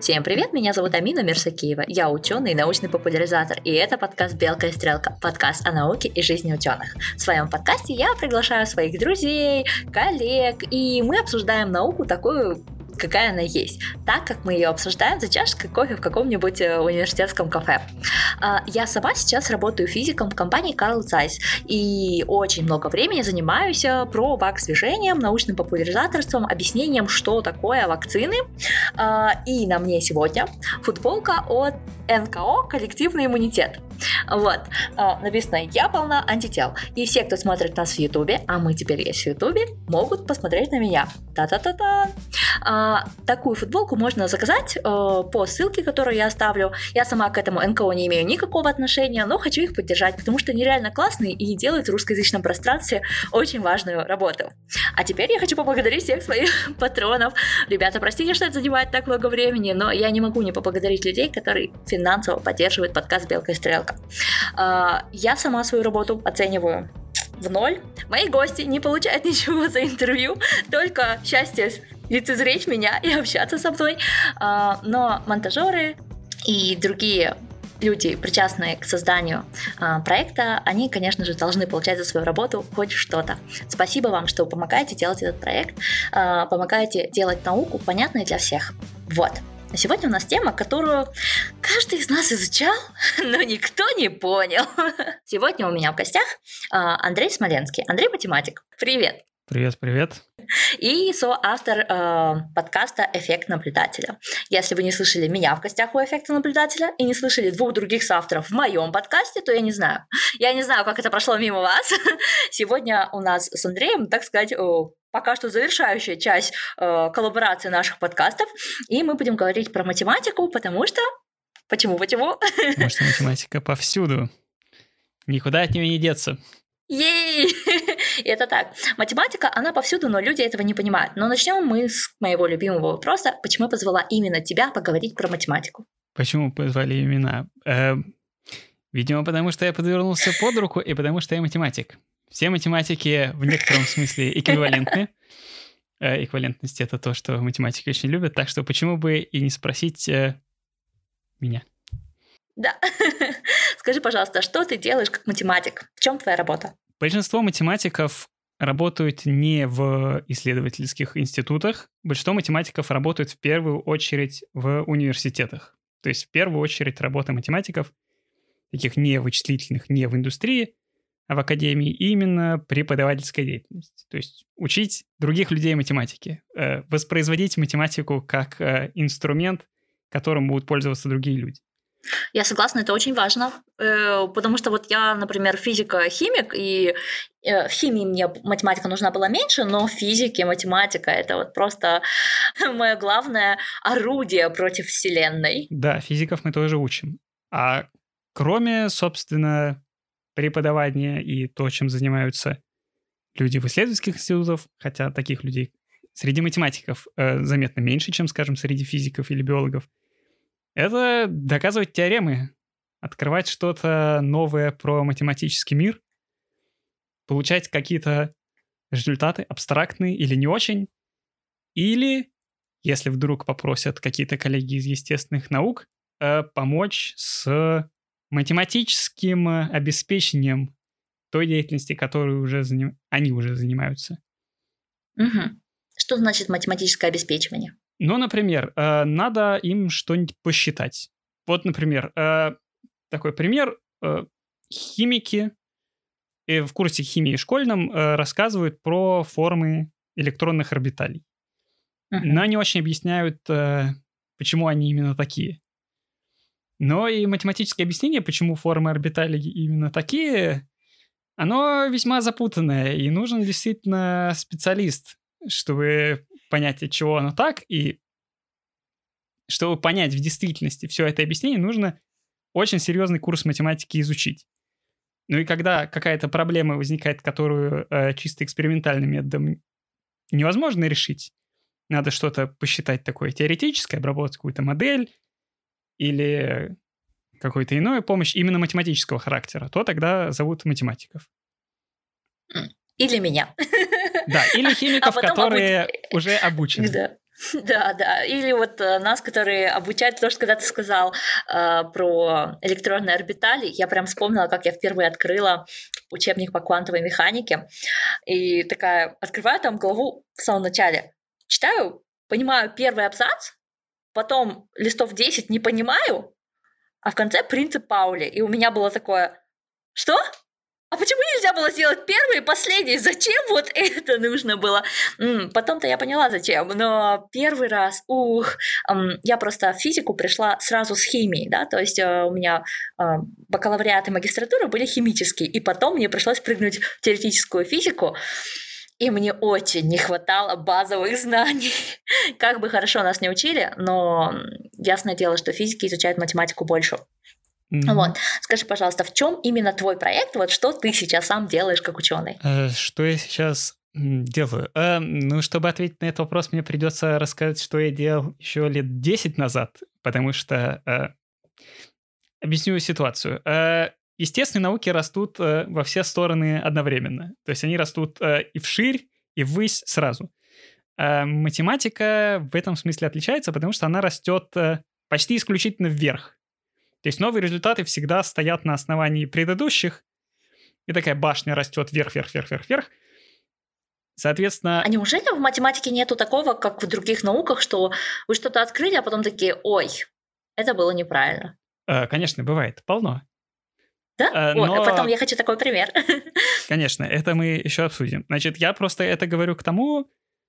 Всем привет, меня зовут Амина Мирсакиева, я ученый и научный популяризатор, и это подкаст «Белка и стрелка», подкаст о науке и жизни ученых. В своем подкасте я приглашаю своих друзей, коллег, и мы обсуждаем науку такую, какая она есть, так как мы ее обсуждаем за чашкой кофе в каком-нибудь университетском кафе. Я сама сейчас работаю физиком в компании Carl Zeiss и очень много времени занимаюсь про-вакс-движением, научным популяризаторством, объяснением, что такое вакцины. И на мне сегодня футболка от НКО «Коллективный иммунитет». Вот, написано «Я полна антител». И все, кто смотрит нас в Ютубе, а мы теперь есть в Ютубе, могут посмотреть на меня. Та-та-та-та! Такую футболку можно заказать по ссылке, которую я оставлю. Я сама к этому НКО не имею никакого отношения, но хочу их поддержать, потому что они реально классные и делают в русскоязычном пространстве очень важную работу. А теперь я хочу поблагодарить всех своих патронов. Ребята, простите, что это занимает так много времени, но я не могу не поблагодарить людей, которые финансово поддерживают подкаст «Белка и стрелка». Я сама свою работу оцениваю в 0. Мои гости не получают ничего за интервью, только счастье лицезреть меня и общаться со мной. Но монтажеры и другие люди, причастные к созданию проекта, они, конечно же, должны получать за свою работу хоть что-то. Спасибо вам, что помогаете делать этот проект, помогаете делать науку понятной для всех. Вот. А сегодня у нас тема, которую каждый из нас изучал, но никто не понял. Сегодня у меня в гостях Андрей Смоленский. Андрей математик. Привет. Привет. И соавтор подкаста «Эффект наблюдателя». Если вы не слышали меня в гостях у «Эффекта наблюдателя» и не слышали двух других соавторов в моем подкасте, то я не знаю. Я не знаю, как это прошло мимо вас. Сегодня у нас с Андреем, так сказать, пока что завершающая часть коллаборации наших подкастов. И мы будем говорить про математику, потому что... Почему? Потому что математика повсюду. Никуда от нее не деться. Ей! Это так. Математика, она повсюду, но люди этого не понимают. Но начнем мы с моего любимого вопроса. Почему я позвала именно тебя поговорить про математику? Почему позвали именно? Видимо, потому что я подвернулся под руку и потому что я математик. Все математики в некотором смысле эквивалентны. Эквивалентность — это то, что математики очень любят. Так что почему бы и не спросить меня? Да. Скажи, пожалуйста, что ты делаешь как математик? В чем твоя работа? Большинство математиков работают не в исследовательских институтах. Большинство математиков работают в первую очередь в университетах. То есть в первую очередь работа математиков, таких не вычислительных, не в индустрии, а в академии, именно преподавательская деятельность. То есть учить других людей математике, воспроизводить математику как инструмент, которым будут пользоваться другие люди. Я согласна, это очень важно, потому что вот я, например, физика-химик, и в химии мне математика нужна была меньше, но в физике математика — это вот просто мое главное орудие против Вселенной. Да, физиков мы тоже учим. А кроме, собственно, преподавания и то, чем занимаются люди в исследовательских институтах, хотя таких людей среди математиков заметно меньше, чем, скажем, среди физиков или биологов, это доказывать теоремы, открывать что-то новое про математический мир, получать какие-то результаты абстрактные или не очень, или, если вдруг попросят какие-то коллеги из естественных наук, помочь с математическим обеспечением той деятельности, которой они уже занимаются. Угу. Что значит математическое обеспечивание? Ну, например, надо им что-нибудь посчитать. Вот, например, такой пример. Химики в курсе химии школьном рассказывают про формы электронных орбиталей. Но они очень объясняют, почему они именно такие. Но и математическое объяснение, почему формы орбиталей именно такие, оно весьма запутанное, и нужен действительно специалист, чтобы понять, от чего оно так, и чтобы понять в действительности все это объяснение, нужно очень серьезный курс математики изучить. Ну и когда какая-то проблема возникает, которую чисто экспериментальным методом невозможно решить, надо что-то посчитать такое теоретическое, обработать какую-то модель или какую-то иную помощь именно математического характера, то тогда зовут математиков. Или меня. Да, или химиков, которые уже обучены. Да. Да. Или вот нас, которые обучают, то, что когда ты сказал про электронные орбитали, я прям вспомнила, как я впервые открыла учебник по квантовой механике. И такая, открываю там главу в самом начале, читаю, понимаю первый абзац, потом листов 10 не понимаю, а в конце принцип Паули. И у меня было такое, что? А почему нельзя было сделать первый и последний? Зачем вот это нужно было? Потом-то я поняла, зачем. Но первый раз, я просто в физику пришла сразу с химией, да, то есть у меня бакалавриат и магистратура были химические, и потом мне пришлось прыгнуть в теоретическую физику, и мне очень не хватало базовых знаний. Как бы хорошо нас не учили, но ясное дело, что физики изучают математику больше. Вот. Скажи, пожалуйста, в чем именно твой проект? Вот что ты сейчас сам делаешь как ученый? Что я сейчас делаю? Ну, чтобы ответить на этот вопрос, мне придется рассказать, что я делал еще лет 10 назад, потому что объясню ситуацию. Естественные науки растут во все стороны одновременно. То есть они растут и вширь, и ввысь сразу. Математика в этом смысле отличается, потому что она растет почти исключительно вверх. То есть новые результаты всегда стоят на основании предыдущих, и такая башня растет вверх. Соответственно... А неужели в математике нету такого, как в других науках, что вы что-то открыли, а потом такие, ой, это было неправильно? Конечно, бывает, полно. Да? Но... Потом я хочу такой пример. Конечно, это мы еще обсудим. Значит, я просто это говорю к тому,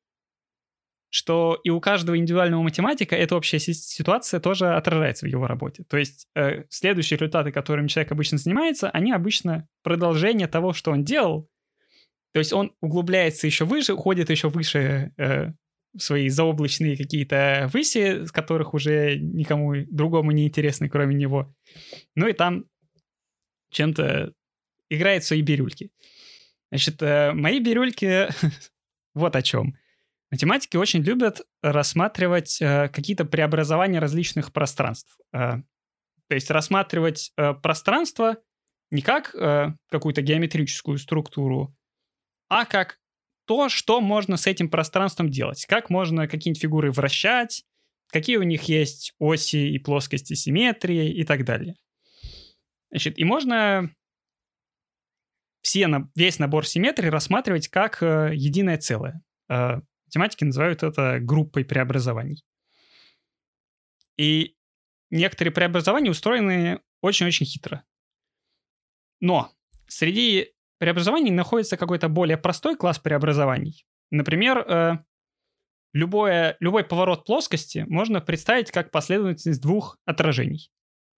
что и у каждого индивидуального математика эта общая ситуация тоже отражается в его работе. То есть следующие результаты, которыми человек обычно занимается, они обычно продолжение того, что он делал. То есть он углубляется еще выше, уходит еще выше в свои заоблачные какие-то выси, с которых уже никому другому не интересны, кроме него. Ну и там чем-то играет в свои бирюльки. Значит, мои бирюльки вот о чем. Математики очень любят рассматривать какие-то преобразования различных пространств. То есть рассматривать пространство не как какую-то геометрическую структуру, а как то, что можно с этим пространством делать. Как можно какие-нибудь фигуры вращать, какие у них есть оси и плоскости симметрии и так далее. Значит, и можно весь набор симметрий рассматривать как единое целое. Математики называют это группой преобразований. И некоторые преобразования устроены очень-очень хитро. Но среди преобразований находится какой-то более простой класс преобразований. Например, любой поворот плоскости можно представить как последовательность двух отражений.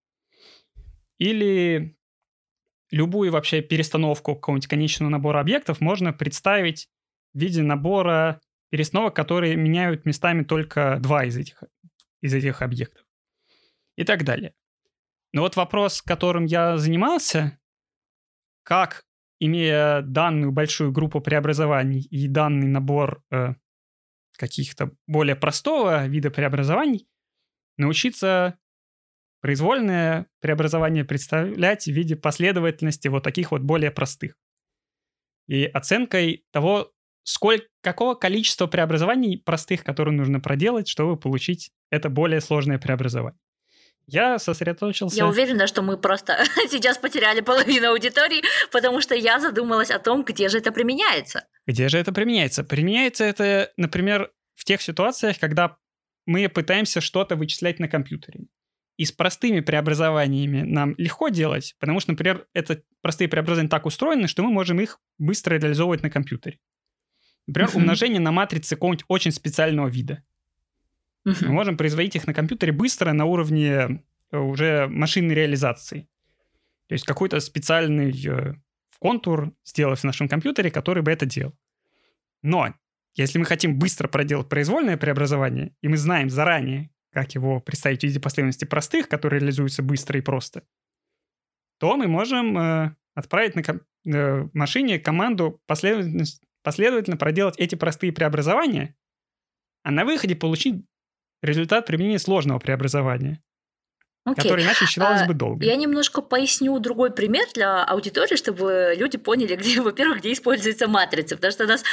Или любую вообще перестановку какого-нибудь конечного набора объектов можно представить в виде набора перестановок, которые меняют местами только два из этих объектов. И так далее. Но вот вопрос, которым я занимался, как, имея данную большую группу преобразований и данный набор каких-то более простого вида преобразований, научиться произвольное преобразование представлять в виде последовательности вот таких вот более простых. И оценкой того, какого количества преобразований простых, которые нужно проделать, чтобы получить это более сложное преобразование. Я сосредоточился... Я уверена, что мы просто сейчас потеряли половину аудитории, потому что я задумалась о том, где же это применяется. Где же это применяется? Применяется это, например, в тех ситуациях, когда мы пытаемся что-то вычислять на компьютере. И с простыми преобразованиями нам легко делать, потому что, например, простые преобразования так устроены, что мы можем их быстро реализовывать на компьютере. Например, умножение на матрицы какого-нибудь очень специального вида. Мы можем производить их на компьютере быстро на уровне уже машинной реализации. То есть какой-то специальный контур сделать в нашем компьютере, который бы это делал. Но если мы хотим быстро проделать произвольное преобразование, и мы знаем заранее, как его представить в виде последовательности простых, которые реализуются быстро и просто, то мы можем отправить на машине команду последовательно проделать эти простые преобразования, а на выходе получить результат применения сложного преобразования. Которая иначе считалась бы долгой. Я немножко поясню другой пример для аудитории, чтобы люди поняли, где, во-первых, где используется матрица. Потому что у нас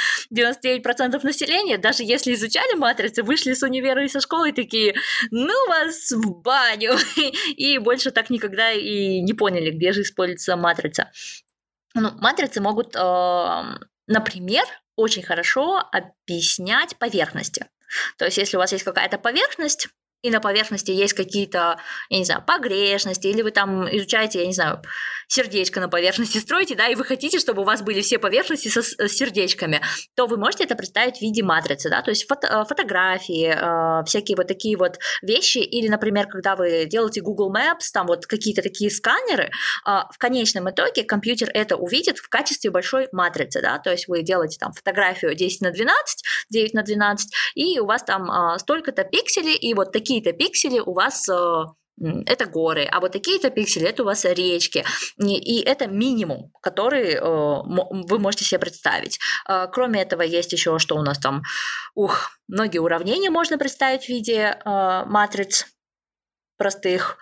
99% населения, даже если изучали матрицы, вышли с универа и со школы такие, ну вас в баню, и больше так никогда и не поняли, где же используется матрица. Ну, матрицы могут, например, очень хорошо объяснять поверхности. То есть, если у вас есть какая-то поверхность, и на поверхности есть какие-то, я не знаю, погрешности, или вы там изучаете, я не знаю, сердечко на поверхности строите, да, и вы хотите, чтобы у вас были все поверхности с сердечками, то вы можете это представить в виде матрицы, да, то есть фотографии, всякие вот такие вот вещи, или, например, когда вы делаете Google Maps, там вот какие-то такие сканеры, в конечном итоге компьютер это увидит в качестве большой матрицы, да, то есть вы делаете там фотографию 10×12, 9×12, и у вас там столько-то пикселей, и вот такие-то пиксели у вас это горы, а вот такие-то пиксели это у вас речки. И это минимум, который вы можете себе представить. Кроме этого, есть еще, что у нас там, многие уравнения можно представить в виде матриц простых.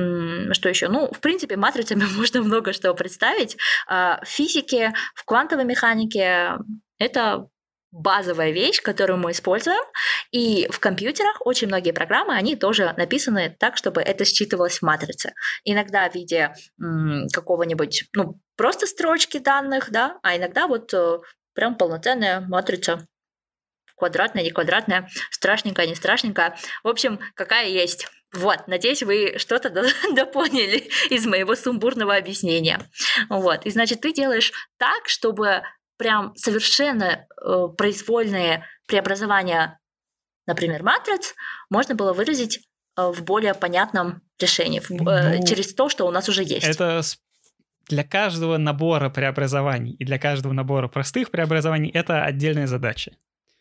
Что еще? Ну, в принципе, матрицами можно много что представить. В физике, в квантовой механике это базовая вещь, которую мы используем, и в компьютерах очень многие программы, они тоже написаны так, чтобы это считывалось в матрице. Иногда в виде какого-нибудь, просто строчки данных, да, а иногда вот прям полноценная матрица, квадратная, не квадратная, страшненькая, не страшненькая. В общем, какая есть. Вот, надеюсь, вы что-то допоняли из моего сумбурного объяснения. Вот, и значит, ты делаешь так, чтобы прям совершенно произвольные преобразования, например, матриц, можно было выразить в более понятном решении, через то, что у нас уже есть. Это для каждого набора преобразований и для каждого набора простых преобразований это отдельная задача.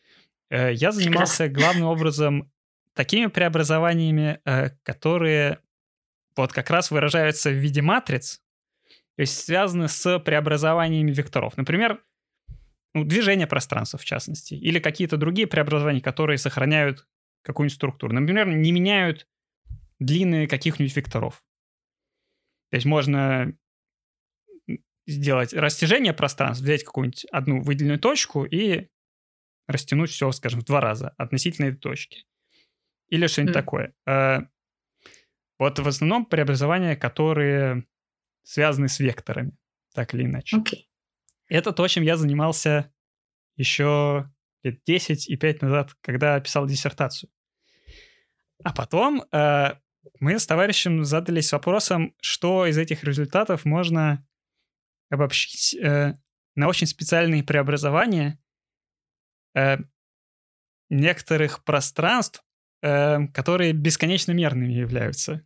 Я занимался главным образом такими преобразованиями, которые вот как раз выражаются в виде матриц, то есть связаны с преобразованиями векторов. Например, движение пространства, в частности, или какие-то другие преобразования, которые сохраняют какую-нибудь структуру. Например, не меняют длины каких-нибудь векторов. То есть можно сделать растяжение пространства, взять какую-нибудь одну выделенную точку и растянуть все, скажем, в 2 раза относительно этой точки. Или что-нибудь такое. Вот в основном преобразования, которые связаны с векторами, так или иначе. Okay. Это то, чем я занимался еще лет 10 и 5 назад, когда писал диссертацию. А потом мы с товарищем задались вопросом, что из этих результатов можно обобщить на очень специальные преобразования некоторых пространств, которые бесконечно мерными являются.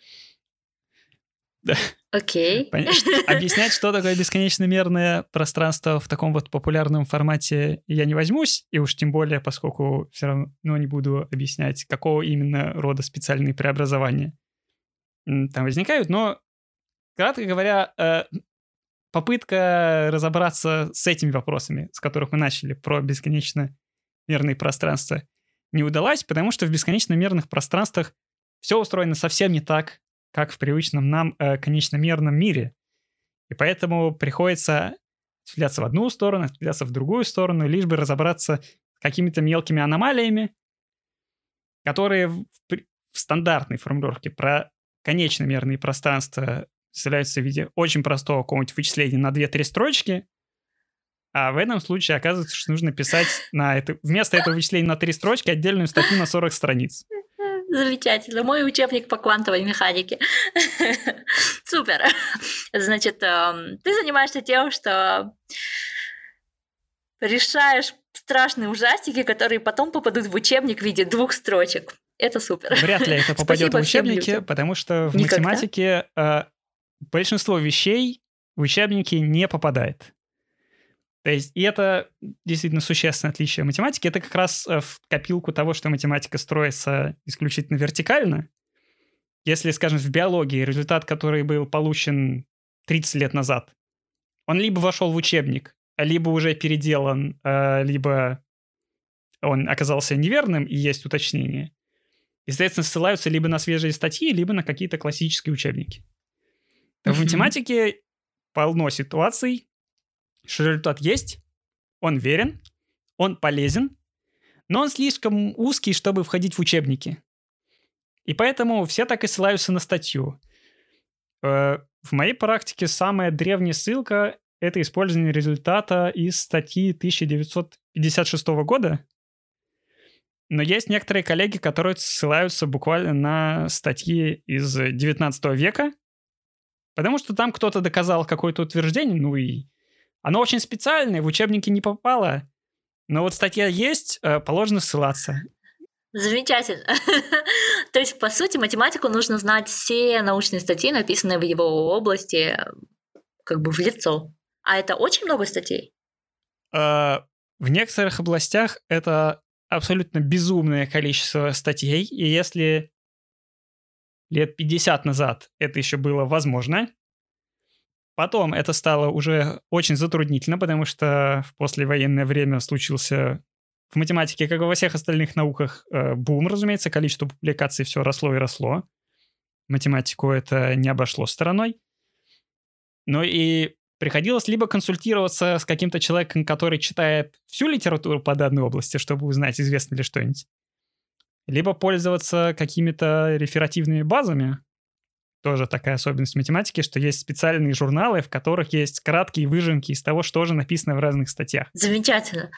Окей. Объяснять, что такое бесконечно мерное пространство в таком вот популярном формате я не возьмусь, и уж тем более, поскольку все равно не буду объяснять, какого именно рода специальные преобразования там возникают, но, кратко говоря, попытка разобраться с этими вопросами, с которых мы начали, про бесконечно мерные пространства, не удалась, потому что в бесконечно мерных пространствах все устроено совсем не так, как в привычном нам конечномерном мире. И поэтому приходится ответвляться в одну сторону, ответвляться в другую сторону, лишь бы разобраться с какими-то мелкими аномалиями, которые в стандартной формулировке про конечномерные пространства представляются в виде очень простого какого-нибудь вычисления на 2-3 строчки, а в этом случае оказывается, что нужно писать вместо этого вычисления на 3 строчки отдельную статью на 40 страниц. Замечательно. Мой учебник по квантовой механике. Супер. Значит, ты занимаешься тем, что решаешь страшные ужастики, которые потом попадут в учебник в виде 2 строчек. Это супер. Вряд ли это попадет в учебники, потому что в математике большинство вещей в учебники не попадает. То есть, и это действительно существенное отличие математики. Это как раз в копилку того, что математика строится исключительно вертикально. Если, скажем, в биологии результат, который был получен 30 лет назад, он либо вошел в учебник, либо уже переделан, либо он оказался неверным и есть уточнение. И, соответственно, ссылаются либо на свежие статьи, либо на какие-то классические учебники. В математике полно ситуаций, что результат есть, он верен, он полезен, но он слишком узкий, чтобы входить в учебники. И поэтому все так и ссылаются на статью. В моей практике самая древняя ссылка — это использование результата из статьи 1956 года. Но есть некоторые коллеги, которые ссылаются буквально на статьи из 19 века, потому что там кто-то доказал какое-то утверждение, ну и оно очень специальное, в учебники не попало. Но вот статья есть, положено ссылаться. Замечательно. То есть, по сути, математику нужно знать все научные статьи, написанные в его области, как бы в лицо. А это очень много статей? В некоторых областях это абсолютно безумное количество статей, и если лет 50 назад это еще было возможно, потом это стало уже очень затруднительно, потому что в послевоенное время случился в математике, как и во всех остальных науках, бум, разумеется, количество публикаций все росло и росло. Математику это не обошло стороной. Но и приходилось либо консультироваться с каким-то человеком, который читает всю литературу по данной области, чтобы узнать, известно ли что-нибудь, либо пользоваться какими-то реферативными базами. Тоже такая особенность математики, что есть специальные журналы, в которых есть краткие выжимки из того, что же написано в разных статьях. Замечательно.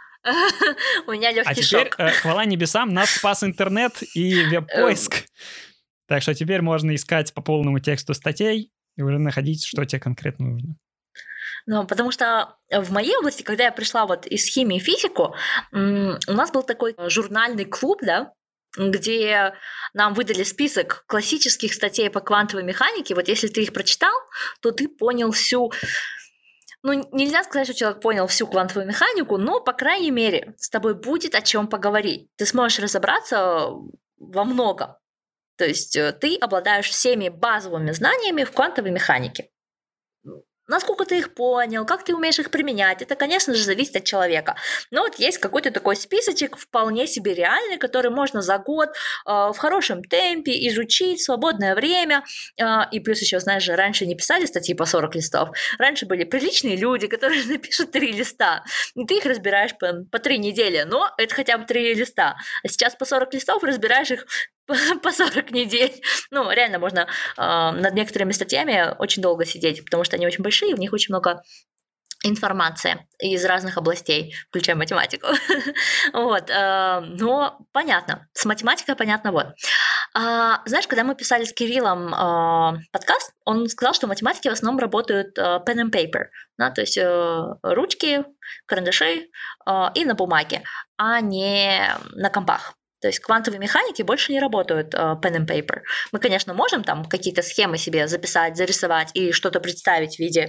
У меня легкий шок. А теперь, хвала небесам, нас спас интернет и веб-поиск. Так что теперь можно искать по полному тексту статей и уже находить, что тебе конкретно нужно. Ну, потому что в моей области, когда я пришла вот из химии в физику, у нас был такой журнальный клуб, да, где нам выдали список классических статей по квантовой механике. Вот если ты их прочитал, то ты понял всю... Ну, нельзя сказать, что человек понял всю квантовую механику, но, по крайней мере, с тобой будет о чем поговорить. Ты сможешь разобраться во многом. То есть ты обладаешь всеми базовыми знаниями в квантовой механике. Насколько ты их понял, как ты умеешь их применять, это, конечно же, зависит от человека. Но вот есть какой-то такой списочек, вполне себе реальный, который можно за год в хорошем темпе изучить в свободное время. И плюс еще, знаешь же, раньше не писали статьи по 40 листов. Раньше были приличные люди, которые напишут 3 листа. И ты их разбираешь по 3 недели. Но это хотя бы 3 листа. А сейчас по 40 листов разбираешь их по 40 недель. Ну, реально можно над некоторыми статьями очень долго сидеть, потому что они очень большие, в них очень много информации из разных областей, включая математику. Вот. Но понятно. С математикой понятно вот. Знаешь, когда мы писали с Кириллом подкаст, он сказал, что математики в основном работают pen and paper, да, то есть ручки, карандаши и на бумаге, а не на компах. То есть квантовые механики больше не работают pen and paper. Мы, конечно, можем там какие-то схемы себе записать, зарисовать и что-то представить в виде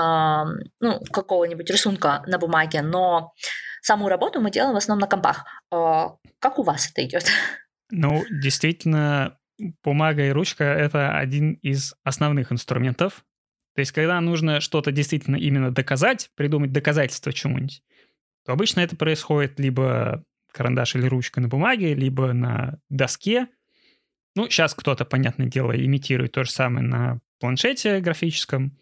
какого-нибудь рисунка на бумаге, но саму работу мы делаем в основном на компах. Как у вас это идет? Ну, действительно, бумага и ручка — это один из основных инструментов. То есть, когда нужно что-то действительно именно доказать, придумать доказательство чему-нибудь, то обычно это происходит либо карандаш или ручка на бумаге, либо на доске. Ну, сейчас кто-то, понятное дело, имитирует то же самое на планшете графическом.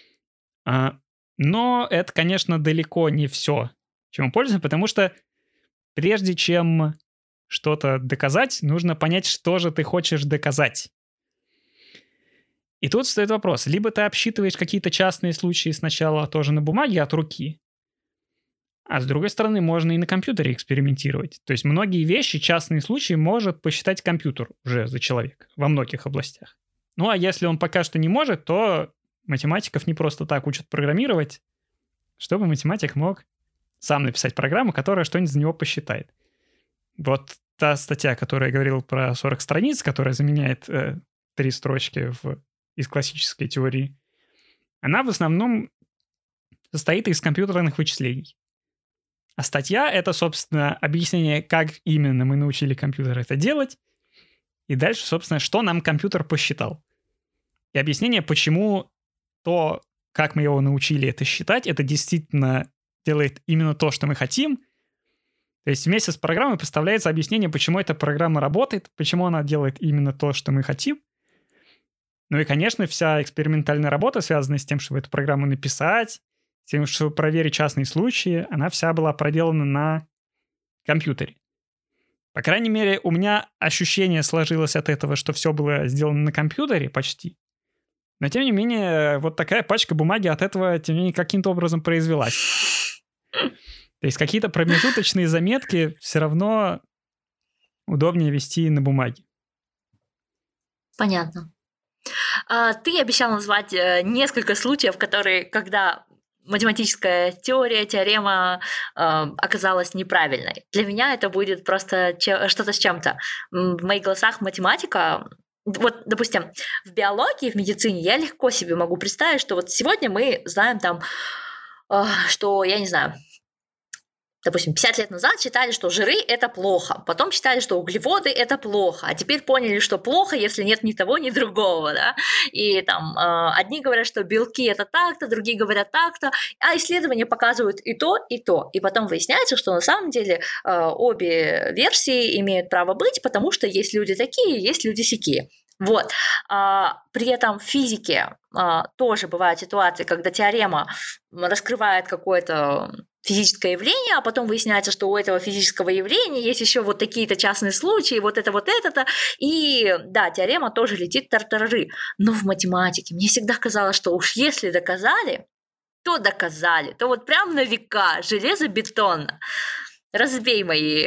Но это, конечно, далеко не все, чем мы пользуемся, потому что прежде чем что-то доказать, нужно понять, что же ты хочешь доказать. И тут стоит вопрос. Либо ты обсчитываешь какие-то частные случаи сначала тоже на бумаге от руки, а с другой стороны, можно и на компьютере экспериментировать. То есть многие вещи, частные случаи, может посчитать компьютер уже за человека во многих областях. Ну а если он пока что не может, то математиков не просто так учат программировать, чтобы математик мог сам написать программу, которая что-нибудь за него посчитает. Вот та статья, которая я говорил про 40 страниц, которая заменяет 3 строчки из классической теории, она в основном состоит из компьютерных вычислений. А статья — это, собственно, объяснение, как именно мы научили компьютер это делать, и дальше, собственно, что нам компьютер посчитал. И объяснение, почему то, как мы его научили это считать, это действительно делает именно то, что мы хотим. То То есть вместе с программой поставляется объяснение, почему эта программа работает, почему она делает именно то, что мы хотим. Ну и, конечно, вся экспериментальная работа, связанная с тем, чтобы эту программу написать, с тем, чтобы проверить частные случаи, она вся была проделана на компьютере. По крайней мере, у меня ощущение сложилось от этого, что все было сделано на компьютере почти. Но, тем не менее, вот такая пачка бумаги от этого, тем не менее, каким-то образом произвелась. То есть какие-то промежуточные заметки все равно удобнее вести на бумаге. Понятно. Ты обещал назвать несколько случаев, когда математическая теория, теорема оказалась неправильной. Для меня это будет просто что-то с чем-то. В моих глазах математика... Вот, допустим, в биологии, в медицине я легко себе могу представить, что вот сегодня мы знаем там, что, я не знаю, допустим, 50 лет назад считали, что жиры – это плохо, потом считали, что углеводы – это плохо, а теперь поняли, что плохо, если нет ни того, ни другого, да, и там одни говорят, что белки – это так-то, другие говорят так-то, а исследования показывают и то, и потом выясняется, что на самом деле обе версии имеют право быть, потому что есть люди такие, есть люди сякие. Вот. При этом в физике тоже бывают ситуации, когда теорема раскрывает какое-то физическое явление, а потом выясняется, что у этого физического явления есть еще вот такие-то частные случаи, вот это-то, и да, теорема тоже летит тартарары. Но в математике мне всегда казалось, что уж если доказали, то вот прям на века, железобетонно. Разбей мои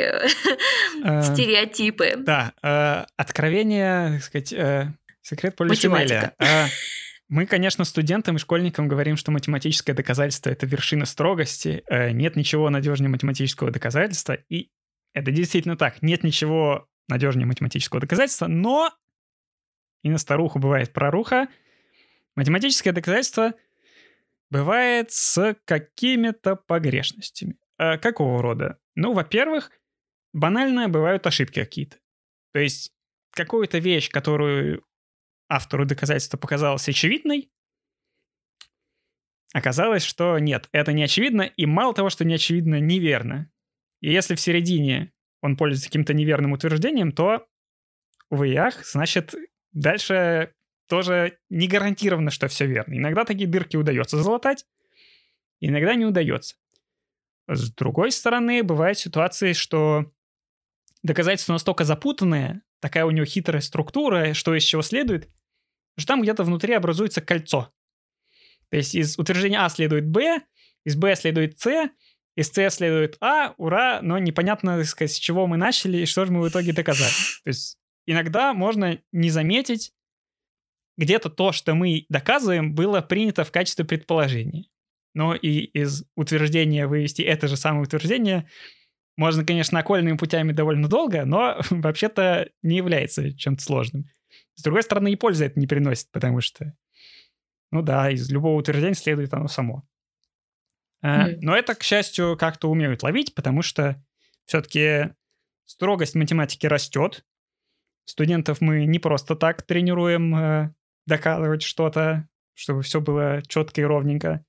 стереотипы. Да, откровение, так сказать, секрет Полишинеля. Мы, конечно, студентам и школьникам говорим, что математическое доказательство — это вершина строгости. Нет ничего надежнее математического доказательства. И это действительно так. Нет ничего надежнее математического доказательства, но и на старуху бывает проруха. Математическое доказательство бывает с какими-то погрешностями. Какого рода? Ну, во-первых, банально бывают ошибки какие-то. То есть какую-то вещь, которую автору доказательства показалось очевидной, оказалось, что нет, это не очевидно, и мало того, что не очевидно, неверно. И если в середине он пользуется каким-то неверным утверждением, то, увы и ах, значит, дальше тоже не гарантированно, что все верно. Иногда такие дырки удается залатать, иногда не удается. С другой стороны, бывают ситуации, что доказательство настолько запутанное, такая у него хитрая структура, что из чего следует, что там где-то внутри образуется кольцо. То есть из утверждения А следует Б, из Б следует С, из С следует А, ура, но непонятно, так сказать, с чего мы начали и что же мы в итоге доказали. То есть иногда можно не заметить, где-то то, что мы доказываем, было принято в качестве предположения. Но и из утверждения вывести это же самое утверждение можно, конечно, окольными путями довольно долго, но вообще-то не является чем-то сложным. С другой стороны, и пользы это не приносит, потому что, ну да, из любого утверждения следует оно само. Но это, к счастью, как-то умеют ловить, потому что все-таки строгость математики растет. Студентов мы не просто так тренируем доказывать что-то, чтобы все было четко и ровненько.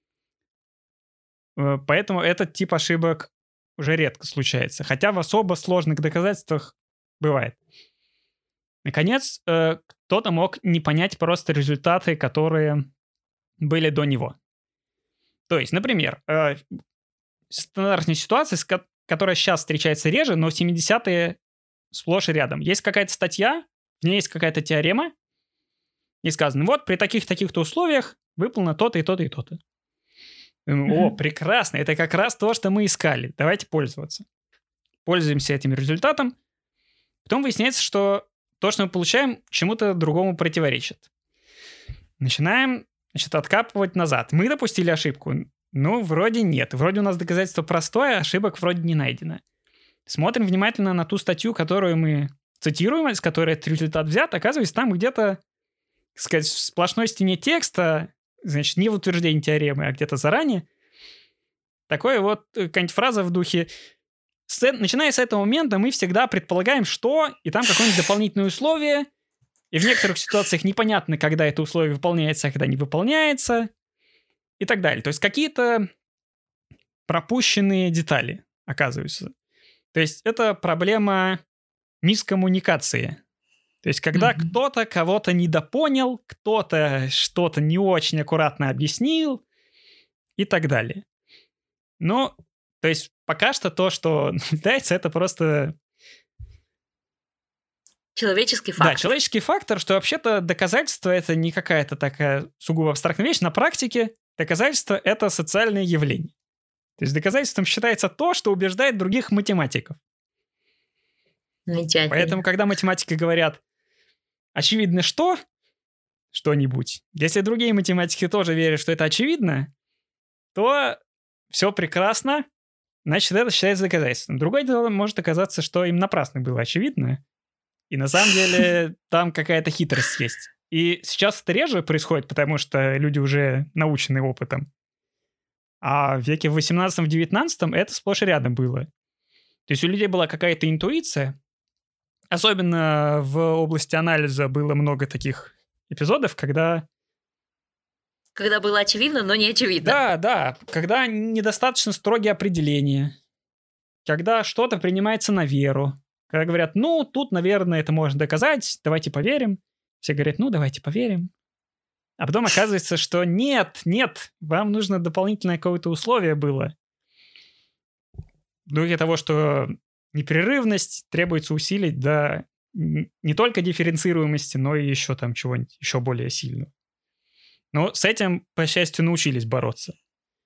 Поэтому этот тип ошибок уже редко случается. Хотя в особо сложных доказательствах бывает. Наконец, кто-то мог не понять просто результаты, которые были до него. То есть, например, стандартная ситуация, которая сейчас встречается реже, но в 70-е сплошь и рядом. Есть какая-то статья, в ней есть какая-то теорема, и сказано, вот при таких-таких-то условиях выполнено то-то и то-то и то-то. О, прекрасно, это как раз то, что мы искали. Давайте пользоваться. Пользуемся этим результатом. Потом выясняется, что то, что мы получаем, чему-то другому противоречит. Начинаем, откапывать назад. Мы допустили ошибку? Ну, вроде нет. Вроде у нас доказательство простое, ошибок вроде не найдено. Смотрим внимательно на ту статью, которую мы цитируем, из которой этот результат взят. Оказывается, там где-то, так сказать, в сплошной стене текста, значит, не в утверждении теоремы, а где-то заранее, такое вот какая-нибудь фраза в духе начиная с этого момента мы всегда предполагаем, что, и там какое-нибудь дополнительное условие, и в некоторых ситуациях непонятно, когда это условие выполняется, а когда не выполняется, и так далее. То есть какие-то пропущенные детали оказываются. То есть это проблема мискоммуникации. То есть когда кто-то кого-то недопонял, кто-то что-то не очень аккуратно объяснил и так далее. Ну, то есть пока что то, что наблюдается, это просто... Человеческий фактор. Да, человеческий фактор, что вообще-то доказательство — это не какая-то такая сугубо абстрактная вещь. На практике доказательство — это социальное явление. То есть доказательством считается то, что убеждает других математиков. Замечательно. Поэтому, когда математики говорят очевидно что-нибудь, если другие математики тоже верят, что это очевидно, то все прекрасно, значит, это считается доказательством. Другое дело, может оказаться, что им напрасно было очевидно, и на самом деле там какая-то хитрость есть. И сейчас это реже происходит, потому что люди уже научены опытом. А в веке в 18-19 это сплошь и рядом было. То есть у людей была какая-то интуиция. Особенно в области анализа было много таких эпизодов, когда... Когда было очевидно, но не очевидно. Да. Когда недостаточно строгие определения. Когда что-то принимается на веру. Когда говорят, тут, наверное, это можно доказать, давайте поверим. Все говорят, давайте поверим. А потом оказывается, что нет, вам нужно дополнительное какое-то условие было. В духе того, что непрерывность требуется усилить до не только дифференцируемости, но и еще там чего-нибудь еще более сильного. Но с этим, по счастью, научились бороться.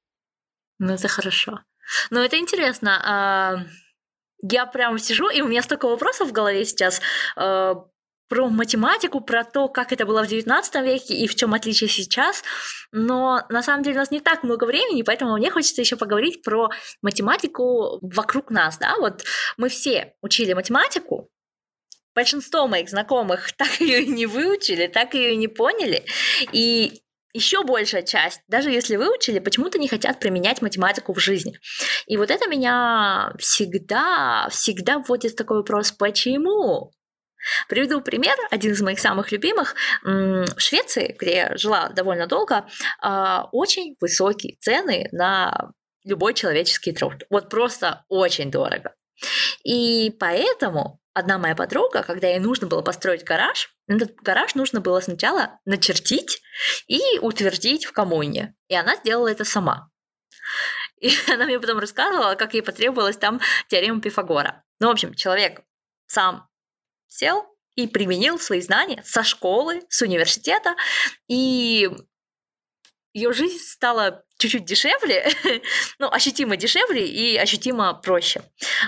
Это хорошо. Но это интересно. Я прям сижу, и у меня столько вопросов в голове сейчас про математику, про то, как это было в 19 веке и в чем отличие сейчас. Но на самом деле у нас не так много времени, поэтому мне хочется еще поговорить про математику вокруг нас. Да? Вот мы все учили математику. Большинство моих знакомых так ее и не выучили, так ее и не поняли. И еще большая часть, даже если выучили, почему-то не хотят применять математику в жизни. И вот это меня всегда вводит в такой вопрос, почему? Приведу пример, один из моих самых любимых. В Швеции, где я жила довольно долго, очень высокие цены на любой человеческий труд. Вот просто очень дорого. И поэтому одна моя подруга, когда ей нужно было построить гараж, этот гараж нужно было сначала начертить и утвердить в коммуне. И она сделала это сама. И она мне потом рассказывала, как ей потребовалась там теорема Пифагора. В общем, человек сам сел и применил свои знания со школы, с университета, и ее жизнь стала чуть-чуть дешевле, ощутимо дешевле и ощутимо проще.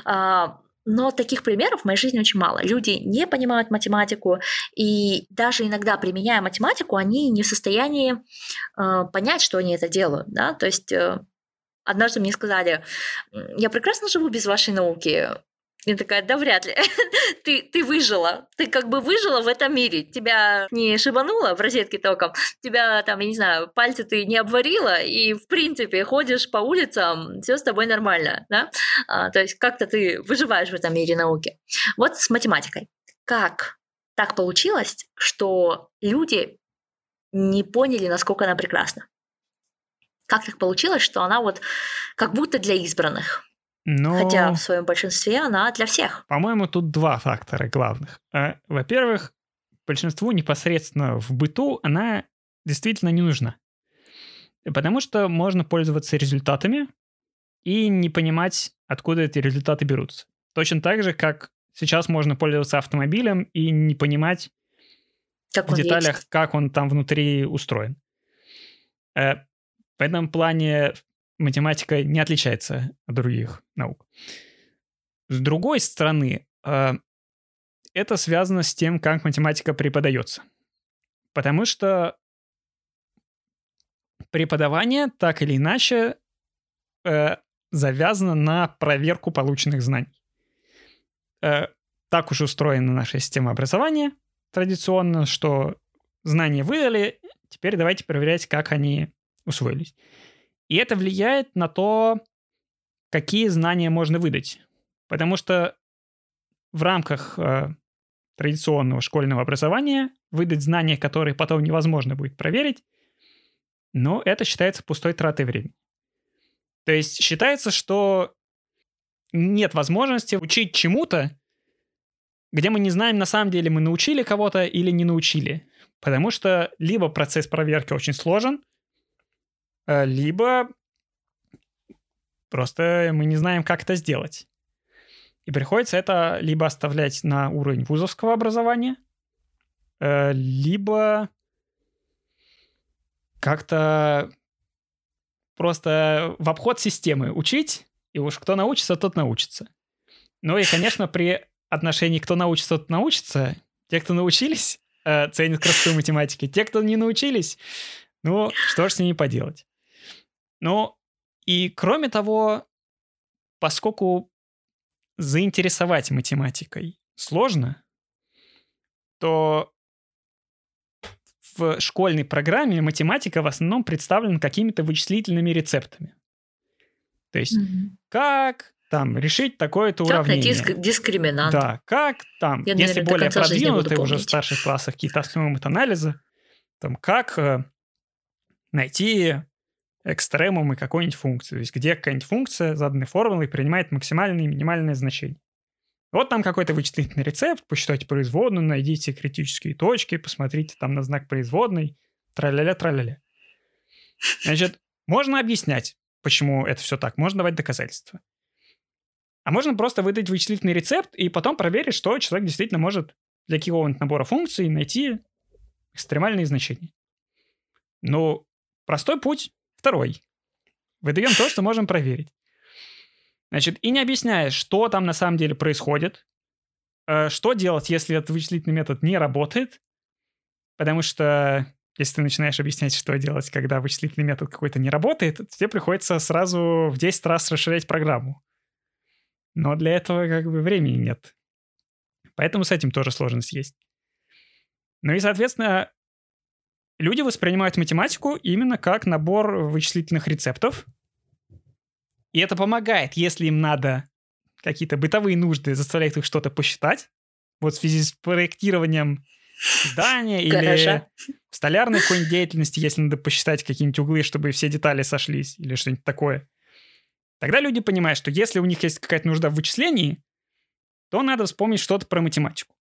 Но таких примеров в моей жизни очень мало. Люди не понимают математику, и даже иногда, применяя математику, они не в состоянии понять, что они это делают. Да? То есть однажды мне сказали, я прекрасно живу без вашей науки. Я такая, да вряд ли. Ты выжила. Ты как бы выжила в этом мире. Тебя не шибануло в розетке током. Тебя там, я не знаю, пальцы ты не обварила, и в принципе ходишь по улицам, все с тобой нормально. Да? То есть как-то ты выживаешь в этом мире науки. Вот с математикой. Как так получилось, что люди не поняли, насколько она прекрасна? Как так получилось, что она вот как будто для избранных? Хотя в своем большинстве она для всех. По-моему, тут два фактора главных. Во-первых, большинству непосредственно в быту она действительно не нужна. Потому что можно пользоваться результатами и не понимать, откуда эти результаты берутся. Точно так же, как сейчас можно пользоваться автомобилем и не понимать в деталях, едет, как он там внутри устроен. В этом плане математика не отличается от других наук. С другой стороны, это связано с тем, как математика преподается. Потому что преподавание так или иначе завязано на проверку полученных знаний. Так уж устроена наша система образования традиционно, что знания выдали, теперь давайте проверять, как они усвоились. И это влияет на то, какие знания можно выдать. Потому что в рамках традиционного школьного образования выдать знания, которые потом невозможно будет проверить, но это считается пустой тратой времени. То есть считается, что нет возможности учить чему-то, где мы не знаем, на самом деле мы научили кого-то или не научили. Потому что либо процесс проверки очень сложен, либо просто мы не знаем, как это сделать. И приходится это либо оставлять на уровень вузовского образования, либо как-то просто в обход системы учить, и уж кто научится, тот научится. Ну и, конечно, при отношении кто научится, тот научится. Те, кто научились, ценят красоту математики. Те, кто не научились, ну, что ж с ними поделать. Ну, и кроме того, поскольку заинтересовать математикой сложно, то в школьной программе математика в основном представлена какими-то вычислительными рецептами. То есть, как там решить такое-то уравнение. Как найти дискриминант. Да, как там, Я, если наверное, более продвинутые уже в старших классах какие-то основы метаанализа, там, как найти экстремумы какой-нибудь функции. То есть, где какая-нибудь функция заданной формулой принимает максимальное и минимальное значение. Вот там какой-то вычислительный рецепт, посчитайте производную, найдите критические точки, посмотрите там на знак производной, траля-ля-траля-ля. Значит, можно объяснять, почему это все так, можно давать доказательства. А можно просто выдать вычислительный рецепт и потом проверить, что человек действительно может для какого-нибудь набора функций найти экстремальные значения. Но простой путь второй. Выдаем то, что можем проверить. Значит, и не объясняя, что там на самом деле происходит, что делать, если этот вычислительный метод не работает, потому что если ты начинаешь объяснять, что делать, когда вычислительный метод какой-то не работает, то тебе приходится сразу в 10 раз расширять программу. Но для этого как бы времени нет. Поэтому с этим тоже сложность есть. Ну и, соответственно, люди воспринимают математику именно как набор вычислительных рецептов. И это помогает, если им надо какие-то бытовые нужды, заставляет их что-то посчитать. Вот в связи с проектированием здания или в столярной какой-нибудь деятельности, если надо посчитать какие-нибудь углы, чтобы все детали сошлись или что-нибудь такое. Тогда люди понимают, что если у них есть какая-то нужда в вычислении, то надо вспомнить что-то про математику.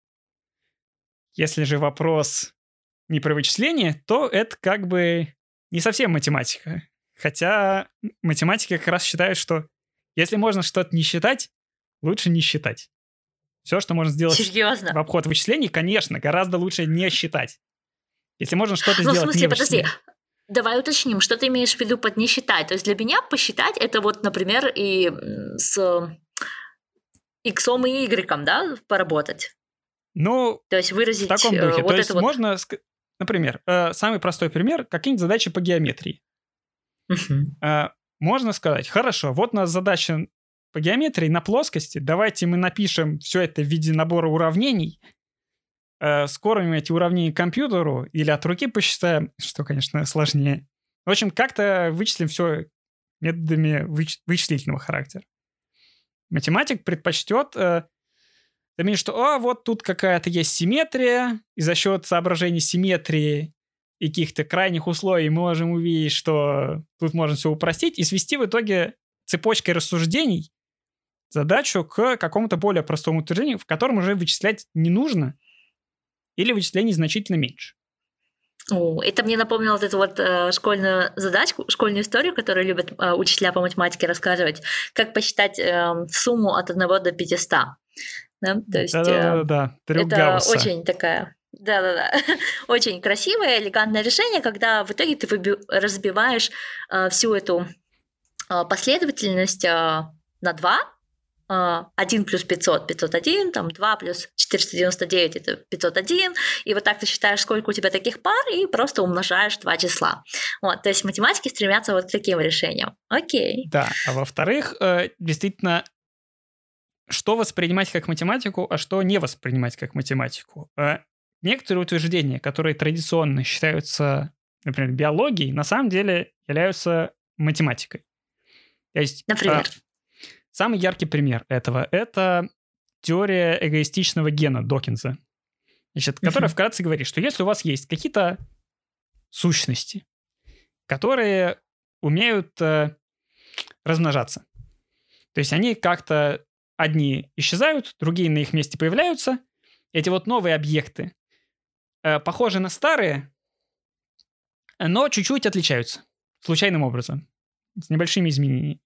Если же вопрос не про вычисление, то это как бы не совсем математика. Хотя математики как раз считают, что если можно что-то не считать, лучше не считать. Все, что можно сделать Серьезно? в обход вычислений, конечно, гораздо лучше не считать. Если можно что-то Ну, в сделать смысле, не подожди, вычисляя. давай уточним, что ты имеешь в виду под не считать? То есть для меня посчитать это вот, например, и с иксом и игреком, да, поработать? Ну, то есть выразить в таком духе. вот То есть это вот... можно, например, самый простой пример, какие-нибудь задачи по геометрии. Можно сказать, хорошо, вот у нас задача по геометрии на плоскости, давайте мы напишем все это в виде набора уравнений, скормим эти уравнения компьютеру или от руки посчитаем, что, конечно, сложнее. В общем, как-то вычислим все методами вычислительного характера. Математик предпочтет заметить, что вот тут какая-то есть симметрия, и за счет соображений симметрии и каких-то крайних условий мы можем увидеть, что тут можно все упростить и свести в итоге цепочкой рассуждений задачу к какому-то более простому утверждению, в котором уже вычислять не нужно или вычислений значительно меньше. Это мне напомнило вот эту вот школьную задачку, школьную историю, которую любят учителя по математике рассказывать, как посчитать сумму от 1 до 500. Да? То есть, да. Трюк это Гаусса. очень такая... Да-да-да. Очень красивое, элегантное решение, когда в итоге ты разбиваешь всю эту последовательность на 2. 1 плюс 500 – 501, там 2 плюс 499 – это 501, и вот так ты считаешь, сколько у тебя таких пар, и просто умножаешь два числа. Вот, то есть математики стремятся вот к таким решениям. Окей. Да, а во-вторых, действительно, что воспринимать как математику, а что не воспринимать как математику. Некоторые утверждения, которые традиционно считаются, например, биологией, на самом деле являются математикой. То есть, например? Самый яркий пример этого – это теория эгоистичного гена Докинза, значит, которая вкратце говорит, что если у вас есть какие-то сущности, которые умеют размножаться, то есть они как-то одни исчезают, другие на их месте появляются. Эти вот новые объекты похожи на старые, но чуть-чуть отличаются. Случайным образом. С небольшими изменениями.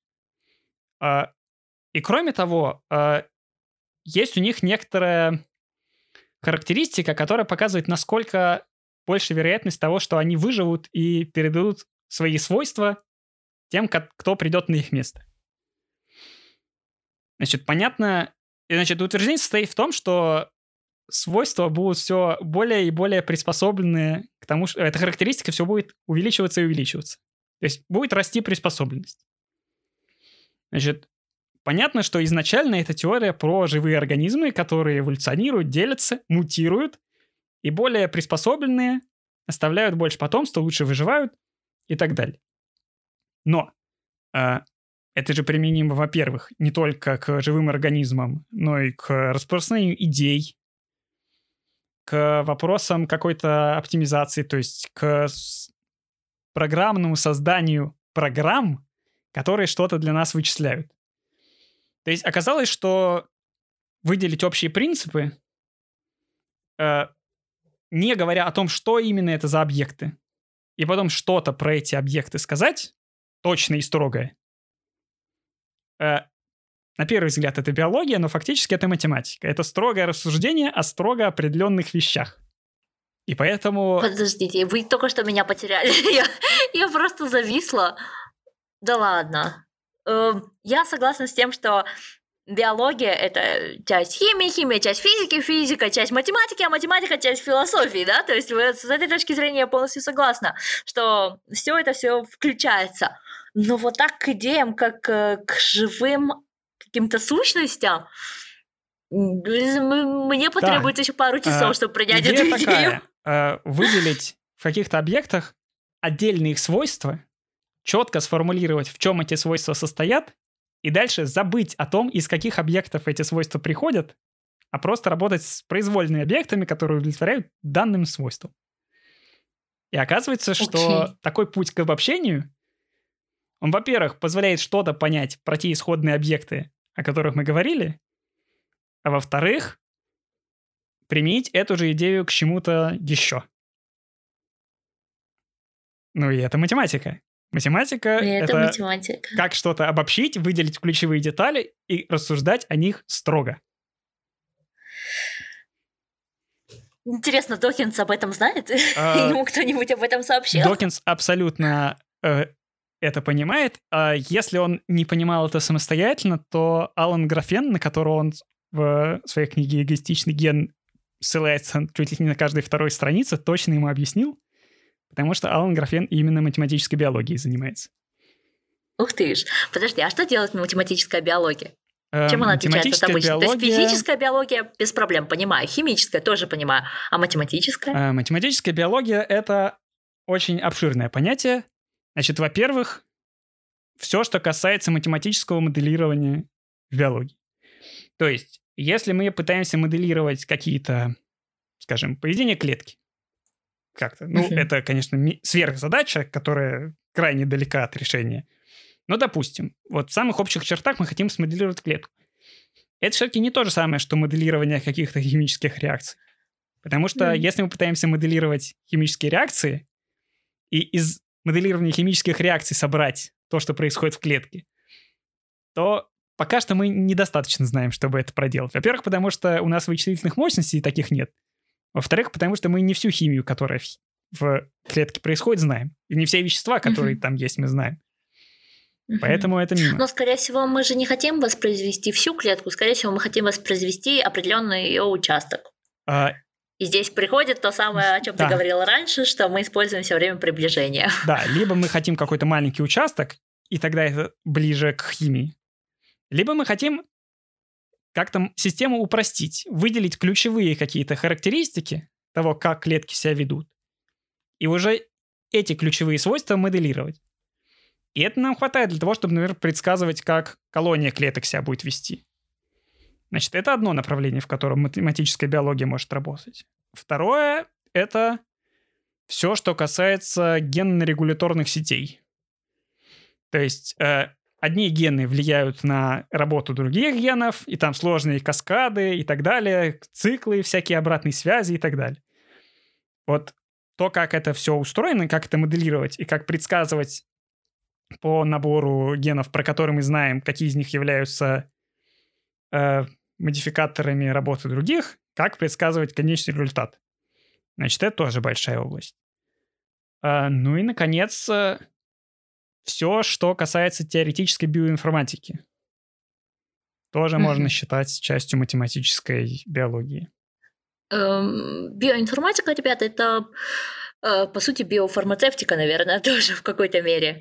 И кроме того, есть у них некоторая характеристика, которая показывает, насколько больше вероятность того, что они выживут и передадут свои свойства тем, кто придет на их место. Значит, понятно... Значит, утверждение состоит в том, что свойства будут все более и более приспособлены к тому, что эта характеристика все будет увеличиваться и увеличиваться. То есть будет расти приспособленность. Значит, понятно, что изначально эта теория про живые организмы, которые эволюционируют, делятся, мутируют, и более приспособленные оставляют больше потомства, лучше выживают и так далее. Но это же применимо, во-первых, не только к живым организмам, но и к распространению идей, к вопросам какой-то оптимизации, то есть к программному созданию программ, которые что-то для нас вычисляют. То есть оказалось, что выделить общие принципы, не говоря о том, что именно это за объекты, и потом что-то про эти объекты сказать, точно и строгое, на первый взгляд это биология, но фактически это математика. Это строгое рассуждение о строго определенных вещах. И поэтому... Подождите, вы только что меня потеряли. Я просто зависла. Да ладно. Я согласна с тем, что биология — это часть химии, химия — часть физики, физика — часть математики, а математика — часть философии, да? То есть с этой точки зрения я полностью согласна, что все включается. Но вот так к идеям, как к живым каким-то сущностям, мне потребуется еще пару часов, чтобы принять эту идею. Идея такая, выделить в каких-то объектах отдельные их свойства, четко сформулировать, в чем эти свойства состоят, и дальше забыть о том, из каких объектов эти свойства приходят, а просто работать с произвольными объектами, которые удовлетворяют данным свойствам. И оказывается, что такой путь к обобщению, он, во-первых, позволяет что-то понять про те исходные объекты, о которых мы говорили, а во-вторых, применить эту же идею к чему-то еще. Ну и это математика. Математика — это математика. Как что-то обобщить, выделить ключевые детали и рассуждать о них строго. Интересно, Докинс об этом знает? Ему кто-нибудь об этом сообщил? Докинс абсолютно это понимает. А если он не понимал это самостоятельно, то Алан Графен, на которого он в своей книге «Эгоистичный ген» ссылается чуть ли не на каждой второй странице, точно ему объяснил, потому что Алан Графен именно математической биологией занимается. Ух ты ж. Подожди, а что делает математическая биология? Чем она отличается от обычной? То есть физическая биология без проблем, понимаю. Химическая тоже понимаю. А математическая? Математическая биология — это очень обширное понятие. Значит, во-первых, все, что касается математического моделирования в биологии. То есть, если мы пытаемся моделировать какие-то, скажем, поведение клетки, как-то, это, конечно, сверхзадача, которая крайне далека от решения. Но, допустим, вот в самых общих чертах мы хотим смоделировать клетку. Это все-таки не то же самое, что моделирование каких-то химических реакций. Потому что если мы пытаемся моделировать химические реакции, и из моделирования химических реакций собрать то, что происходит в клетке, то пока что мы недостаточно знаем, чтобы это проделать. Во-первых, потому что у нас вычислительных мощностей таких нет. Во-вторых, потому что мы не всю химию, которая в клетке происходит, знаем. И не все вещества, которые там есть, мы знаем. Поэтому это мимо. Но, скорее всего, мы же не хотим воспроизвести всю клетку, скорее всего, мы хотим воспроизвести определенный ее участок. И здесь приходит то самое, о чем ты говорила раньше, что мы используем все время приближение. Да, либо мы хотим какой-то маленький участок, и тогда это ближе к химии. Либо мы хотим как-то систему упростить, выделить ключевые какие-то характеристики того, как клетки себя ведут, и уже эти ключевые свойства моделировать. И это нам хватает для того, чтобы, например, предсказывать, как колония клеток себя будет вести. Значит, это одно направление, в котором математическая биология может работать. Второе — это все, что касается генно-регуляторных сетей. То есть одни гены влияют на работу других генов, и там сложные каскады и так далее, циклы, всякие обратные связи и так далее. Вот то, как это все устроено, как это моделировать и как предсказывать по набору генов, про которые мы знаем, какие из них являются модификаторами работы других, как предсказывать конечный результат. Значит, это тоже большая область. Ну и, наконец, все, что касается теоретической биоинформатики. Тоже можно считать частью математической биологии. Биоинформатика, ребята, это, по сути, биофармацевтика, наверное, тоже в какой-то мере.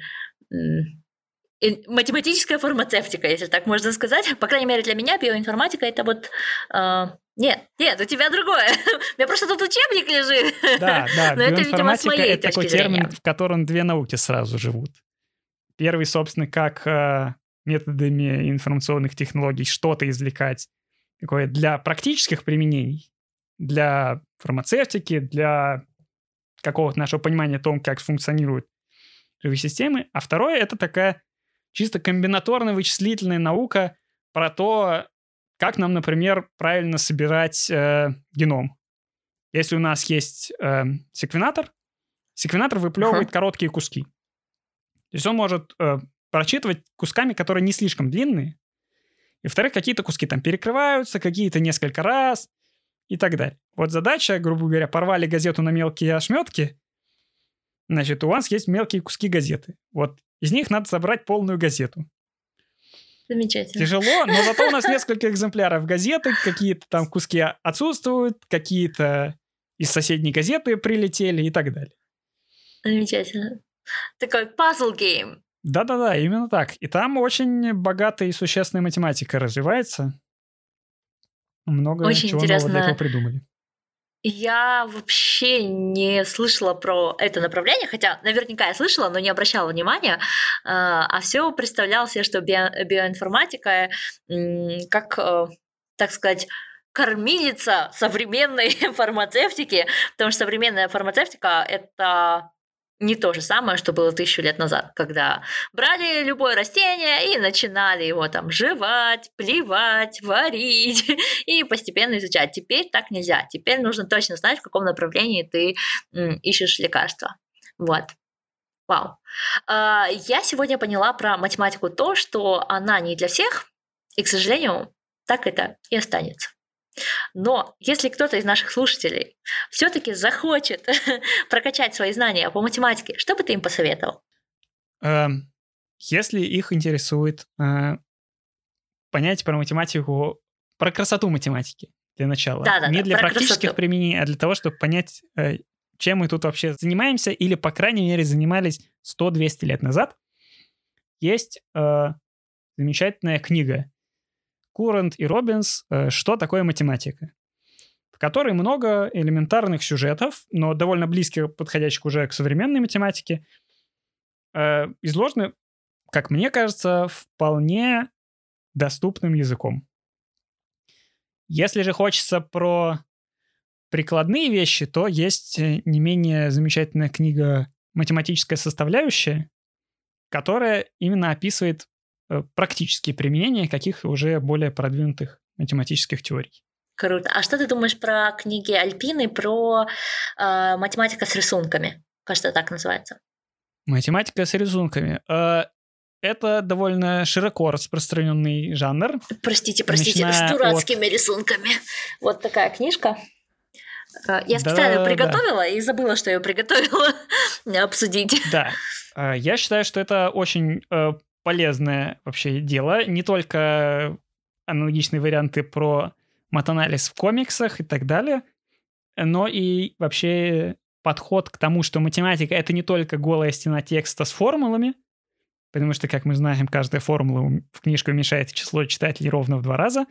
Математическая фармацевтика, если так можно сказать. По крайней мере, для меня биоинформатика — это вот... Нет, у тебя другое. У меня просто тут учебник лежит. Да, но это, видимо, с моей это такой точки зрения. термин, в котором две науки сразу живут. Первый, собственно, как методами информационных технологий что-то извлекать такое для практических применений, для фармацевтики, для какого-то нашего понимания о том, как функционируют живые системы. А второе — это такая чисто комбинаторная вычислительная наука про то, как нам, например, правильно собирать геном. Если у нас есть секвенатор выплевывает короткие куски. То есть он может прочитывать кусками, которые не слишком длинные. И, во-вторых, какие-то куски там перекрываются, какие-то несколько раз и так далее. Вот задача, грубо говоря, порвали газету на мелкие ошметки. Значит, у вас есть мелкие куски газеты. Вот из них надо собрать полную газету. Замечательно. Тяжело, но зато у нас несколько экземпляров газеты, какие-то там куски отсутствуют, какие-то из соседней газеты прилетели и так далее. Замечательно. Такой puzzle game. Да-да-да, именно так. И там очень богатая и существенная математика развивается. Много очень чего интересно. нового для этого придумали. Я вообще не слышала про это направление, хотя наверняка я слышала, но не обращала внимания, а все представляла себе, что биоинформатика как, так сказать, кормилица современной фармацевтики, потому что современная фармацевтика — это не то же самое, что было 1000 лет назад, когда брали любое растение и начинали его там жевать, плевать, варить и постепенно изучать. Теперь так нельзя. Теперь нужно точно знать, в каком направлении ты ищешь лекарства. Вот. Вау. Я сегодня поняла про математику то, что она не для всех, и, к сожалению, так это и останется. Но если кто-то из наших слушателей все-таки захочет прокачать свои знания по математике, что бы ты им посоветовал? Если их интересует понятие про математику, про красоту математики для начала. Не для практических применений, а для того, чтобы понять, чем мы тут вообще занимаемся, или, по крайней мере, занимались 100-200 лет назад, есть замечательная книга Куррент и Роббинс «Что такое математика?», в которой много элементарных сюжетов, но довольно близких, подходящих уже к современной математике, изложены, как мне кажется, вполне доступным языком. Если же хочется про прикладные вещи, то есть не менее замечательная книга «Математическая составляющая», которая именно описывает практические применения каких уже более продвинутых математических теорий. Круто. А что ты думаешь про книги Альпины про математика с рисунками? Кажется, так называется. Математика с рисунками. Это довольно широко распространенный жанр. Простите, с дурацкими рисунками. Вот такая книжка. Я специально приготовила и забыла, что я ее приготовила обсудить. Да. Я считаю, что это очень полезное вообще дело. Не только аналогичные варианты про матанализ в комиксах и так далее, но и вообще подход к тому, что математика — это не только голая стена текста с формулами, потому что, как мы знаем, каждая формула в книжке уменьшает число читателей ровно в 2 раза.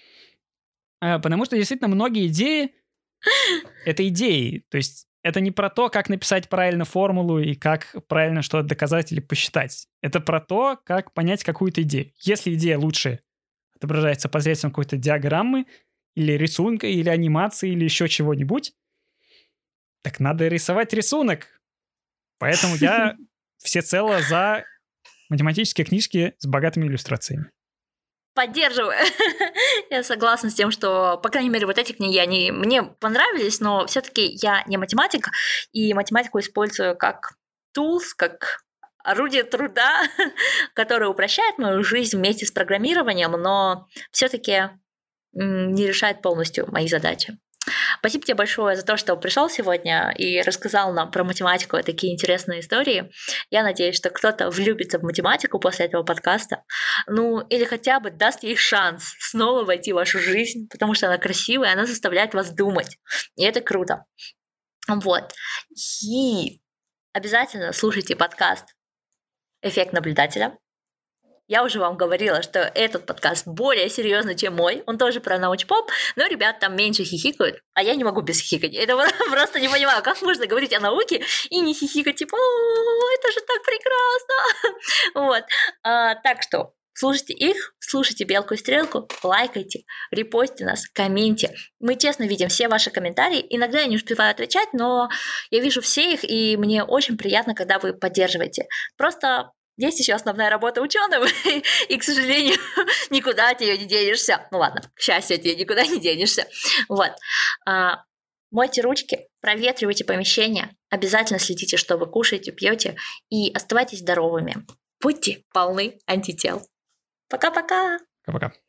Потому что действительно многие идеи — это идеи. То есть это не про то, как написать правильно формулу и как правильно что-то доказать или посчитать. Это про то, как понять какую-то идею. Если идея лучше отображается посредством какой-то диаграммы или рисунка, или анимации, или еще чего-нибудь, так надо рисовать рисунок. Поэтому я всецело за Математические книжки с богатыми иллюстрациями. Поддерживаю. Я согласна с тем, что, по крайней мере, вот эти книги, они мне понравились, но все-таки я не математик, и математику использую как tools, как орудие труда, которое упрощает мою жизнь вместе с программированием, но все-таки не решает полностью мои задачи. Спасибо тебе большое за то, что пришел сегодня и рассказал нам про математику и такие интересные истории. Я надеюсь, что кто-то влюбится в математику после этого подкаста, ну или хотя бы даст ей шанс снова войти в вашу жизнь, потому что она красивая, она заставляет вас думать, и это круто. Вот. И обязательно слушайте подкаст «Эффект наблюдателя». Я уже вам говорила, что этот подкаст более серьезный, чем мой. Он тоже про научпоп, но ребят там меньше хихикают, а я не могу без хихикания. Это просто не понимаю, как можно говорить о науке и не хихикать, типа, это же так прекрасно. Вот. Так что слушайте их, слушайте «Белку и стрелку», лайкайте, репостите нас, комменте. Мы честно видим все ваши комментарии. Иногда я не успеваю отвечать, но я вижу все их, и мне очень приятно, когда вы поддерживаете. Просто есть еще основная работа ученого, и, к сожалению, никуда от нее не денешься. Ну ладно, к счастью, от нее никуда не денешься. Вот. Мойте ручки, проветривайте помещение, обязательно следите, что вы кушаете, пьете, и оставайтесь здоровыми. Будьте полны антител. Пока-пока! Пока-пока.